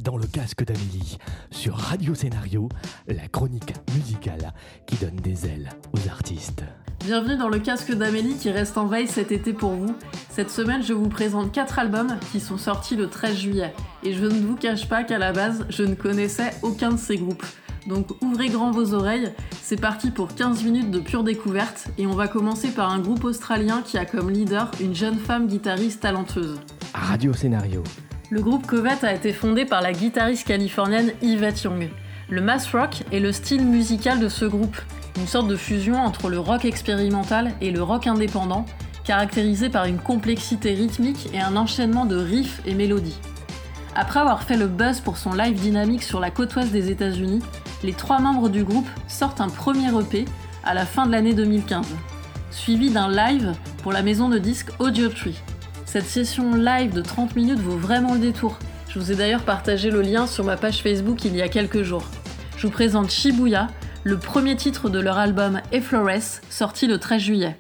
dans le casque d'Amélie, sur Radio Scénario, la chronique musicale qui donne des ailes aux artistes. Bienvenue dans le casque d'Amélie qui reste en veille cet été pour vous. Cette semaine, je vous présente 4 albums qui sont sortis le 13 juillet. Et je ne vous cache pas qu'à la base, je ne connaissais aucun de ces groupes. Donc ouvrez grand vos oreilles, c'est parti pour 15 minutes de pure découverte. Et on va commencer par un groupe australien qui a comme leader une jeune femme guitariste talentueuse. Radio Scénario. Le groupe Covet a été fondé par la guitariste californienne Yvette Young. Le math rock est le style musical de ce groupe, une sorte de fusion entre le rock expérimental et le rock indépendant, caractérisé par une complexité rythmique et un enchaînement de riffs et mélodies. Après avoir fait le buzz pour son live dynamique sur la côte ouest des États-Unis, les 3 membres du groupe sortent un premier EP à la fin de l'année 2015, suivi d'un live pour la maison de disques Audiotree. Cette session live de 30 minutes vaut vraiment le détour. Je vous ai d'ailleurs partagé le lien sur ma page Facebook il y a quelques jours. Je vous présente Shibuya, le premier titre de leur album Efflores, sorti le 13 juillet.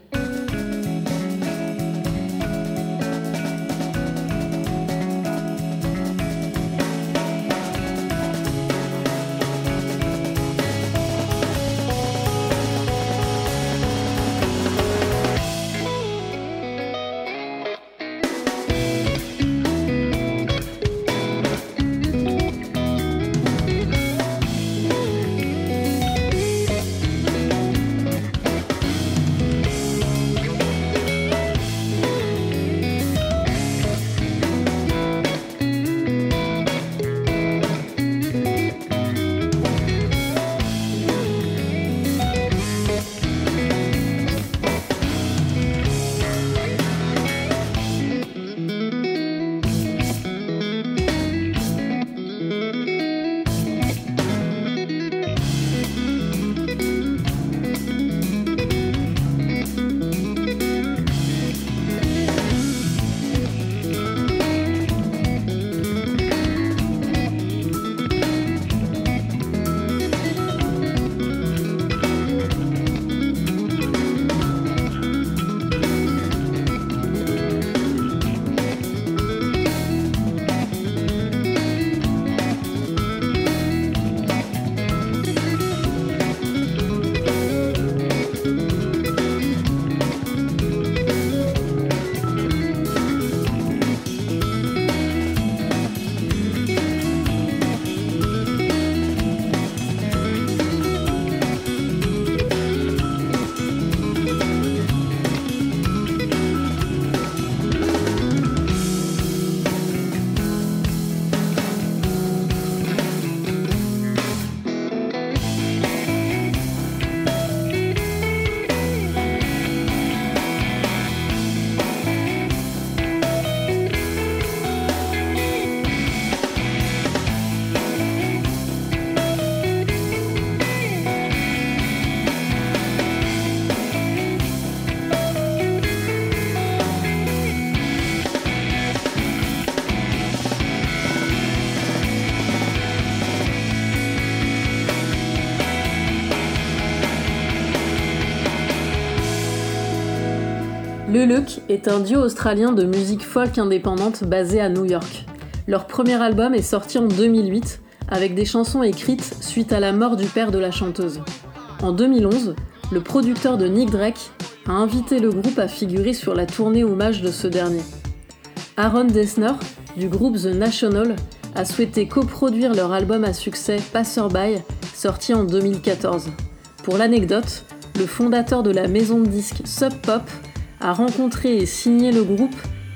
Le Look est un duo australien de musique folk indépendante basé à New York. Leur premier album est sorti en 2008 avec des chansons écrites suite à la mort du père de la chanteuse. En 2011, le producteur de Nick Drake a invité le groupe à figurer sur la tournée hommage de ce dernier. Aaron Dessner, du groupe The National, a souhaité coproduire leur album à succès Passerby, sorti en 2014. Pour l'anecdote, le fondateur de la maison de disques Sub Pop a rencontré et signé le groupe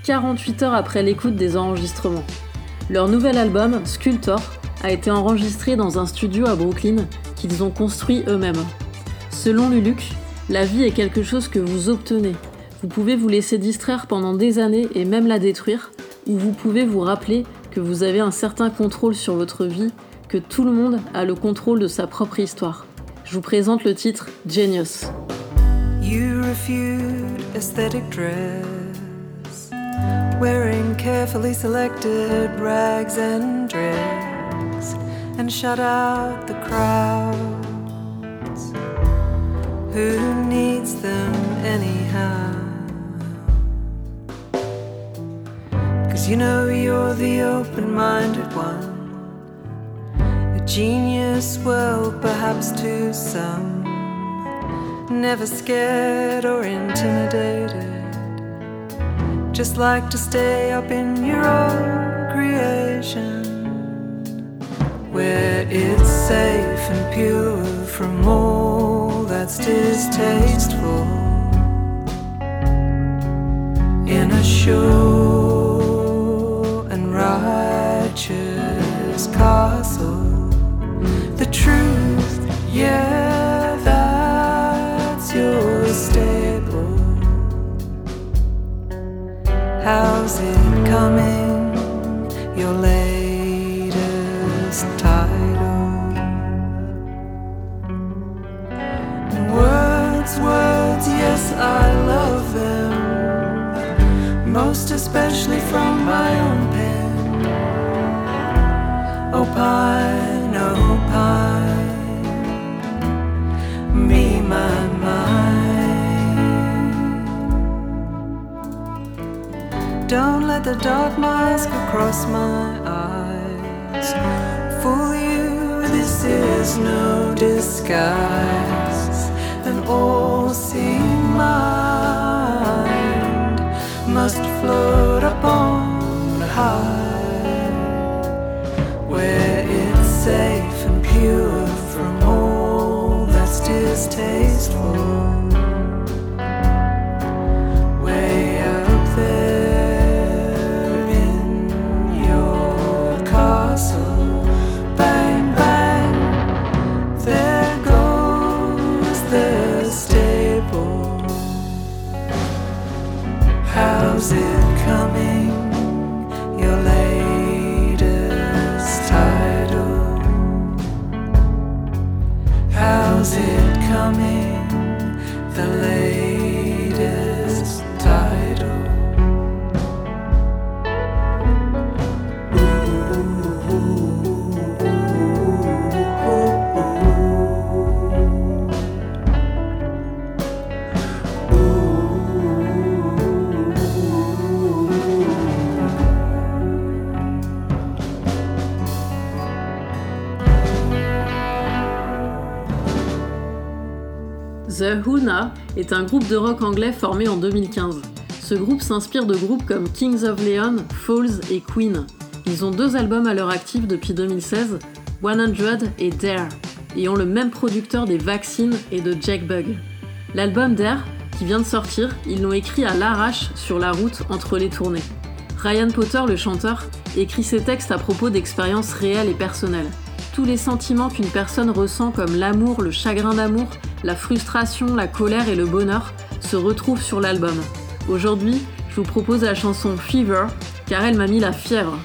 48 heures après l'écoute des enregistrements. Leur nouvel album, Sculptor, a été enregistré dans un studio à Brooklyn qu'ils ont construit eux-mêmes. Selon Luluc, la vie est quelque chose que vous obtenez. Vous pouvez vous laisser distraire pendant des années et même la détruire, ou vous pouvez vous rappeler que vous avez un certain contrôle sur votre vie, que tout le monde a le contrôle de sa propre histoire. Je vous présente le titre Genius. You reviewed aesthetic dress, wearing carefully selected rags and dreads, and shut out the crowds. Who needs them anyhow? 'Cause you know you're the open-minded one, genius world, perhaps to some. Never scared or intimidated. Just like to stay up in your own creation, where it's safe and pure from all that's distasteful. In a sure and righteous castle, the truth, yeah, that's your stable. How's it coming, your latest title? And words, yes, I love them, most especially from my own pen. Opine, me, my mind. Don't let the dark mask across my eyes fool you, this is no disguise. An all-seeing mind must float upon high, where it's safe and pure from all that's distasteful. Way up there in your castle, bang, bang, there goes the stable. How's it coming, your latest title? How's it coming, the latest title? The Who-Na est un groupe de rock anglais formé en 2015. Ce groupe s'inspire de groupes comme Kings of Leon, Falls et Queen. Ils ont 2 albums à leur actif depuis 2016, 100 et Dare, et ont le même producteur des Vaccines et de Jack Bugg. L'album Dare, qui vient de sortir, ils l'ont écrit à l'arrache sur la route entre les tournées. Ryan Potter, le chanteur, écrit ses textes à propos d'expériences réelles et personnelles. Tous les sentiments qu'une personne ressent comme l'amour, le chagrin d'amour, la frustration, la colère et le bonheur se retrouvent sur l'album. Aujourd'hui, je vous propose la chanson Fever, car elle m'a mis la fièvre.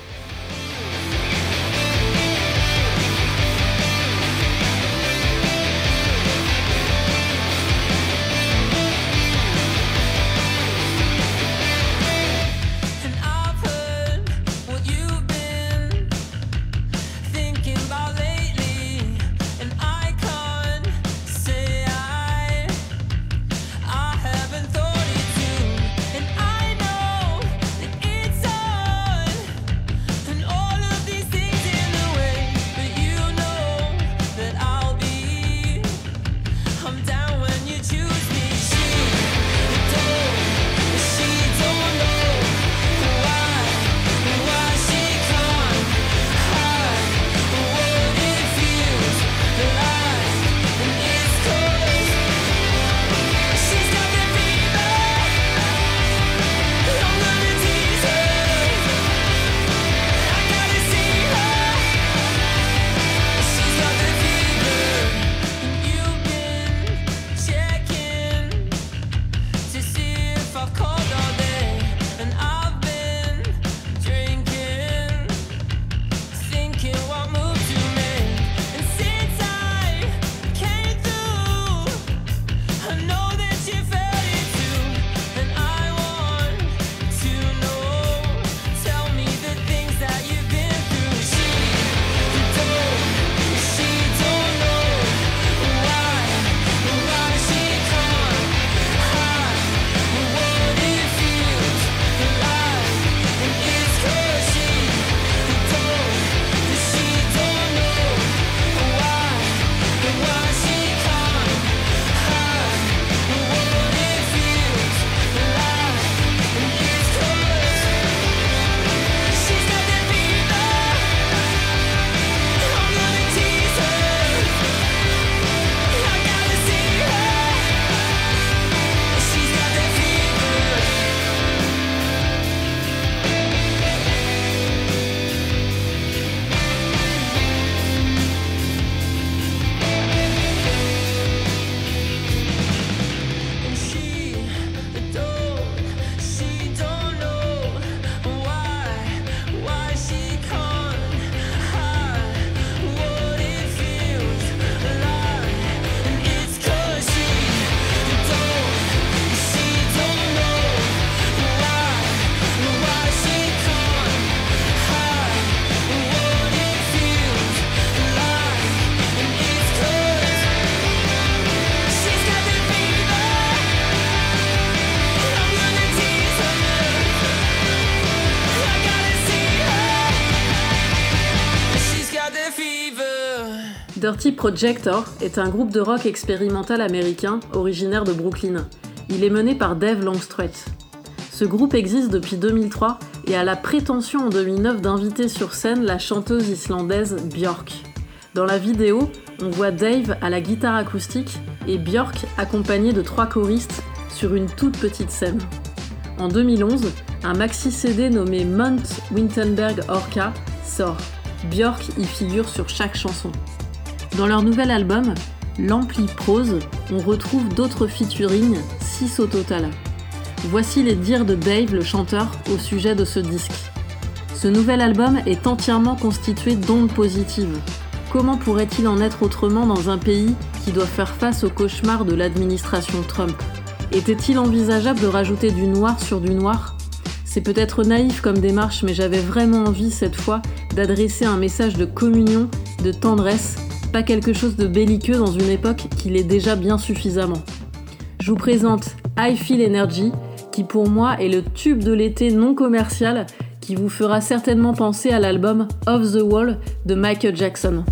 Dirty Projector est un groupe de rock expérimental américain originaire de Brooklyn. Il est mené par Dave Longstreth. Ce groupe existe depuis 2003 et a la prétention en 2009 d'inviter sur scène la chanteuse islandaise Björk. Dans la vidéo, on voit Dave à la guitare acoustique et Björk accompagnée de 3 choristes sur une toute petite scène. En 2011, un maxi-CD nommé Mount Wittenberg Orca sort. Björk y figure sur chaque chanson. Dans leur nouvel album, l'Ampli Prose, on retrouve d'autres featuring, 6 au total. Voici les dires de Dave, le chanteur, au sujet de ce disque. Ce nouvel album est entièrement constitué d'ondes positives. Comment pourrait-il en être autrement dans un pays qui doit faire face au cauchemar de l'administration Trump ? Était-il envisageable de rajouter du noir sur du noir ? C'est peut-être naïf comme démarche, mais j'avais vraiment envie cette fois d'adresser un message de communion, de tendresse, pas quelque chose de belliqueux dans une époque qui l'est déjà bien suffisamment. Je vous présente I Feel Energy, qui pour moi est le tube de l'été non commercial qui vous fera certainement penser à l'album Off the Wall de Michael Jackson.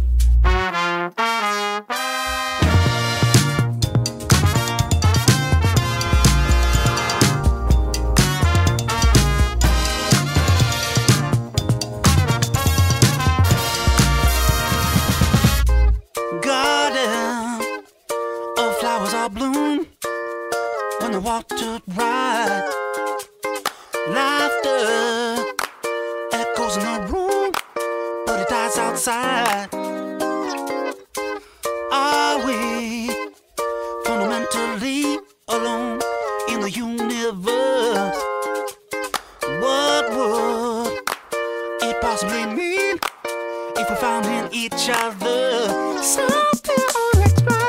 Bloom when the water right, laughter echoes in the room, but it dies outside. Are we fundamentally alone in the universe? What would it possibly mean if we found in each other something unexplained?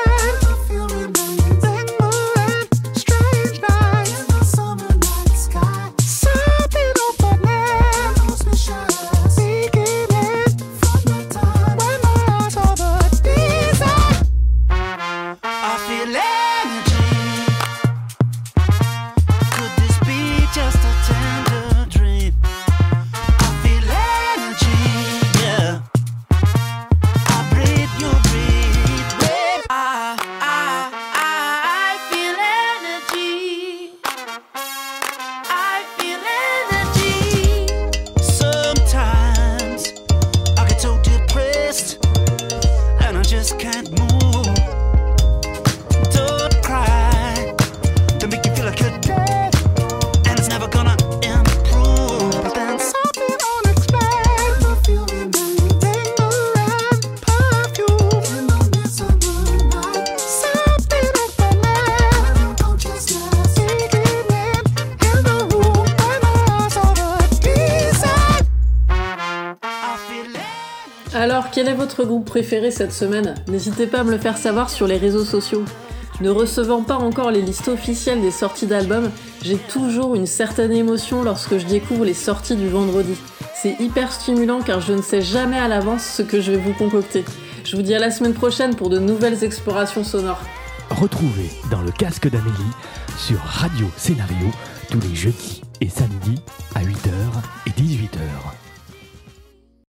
Alors, quel est votre groupe préféré cette semaine ? N'hésitez pas à me le faire savoir sur les réseaux sociaux. Ne recevant pas encore les listes officielles des sorties d'albums, j'ai toujours une certaine émotion lorsque je découvre les sorties du vendredi. C'est hyper stimulant car je ne sais jamais à l'avance ce que je vais vous concocter. Je vous dis à la semaine prochaine pour de nouvelles explorations sonores. Retrouvez dans le casque d'Amélie sur Radio Scénario tous les jeudis et samedis à 8h et 18h.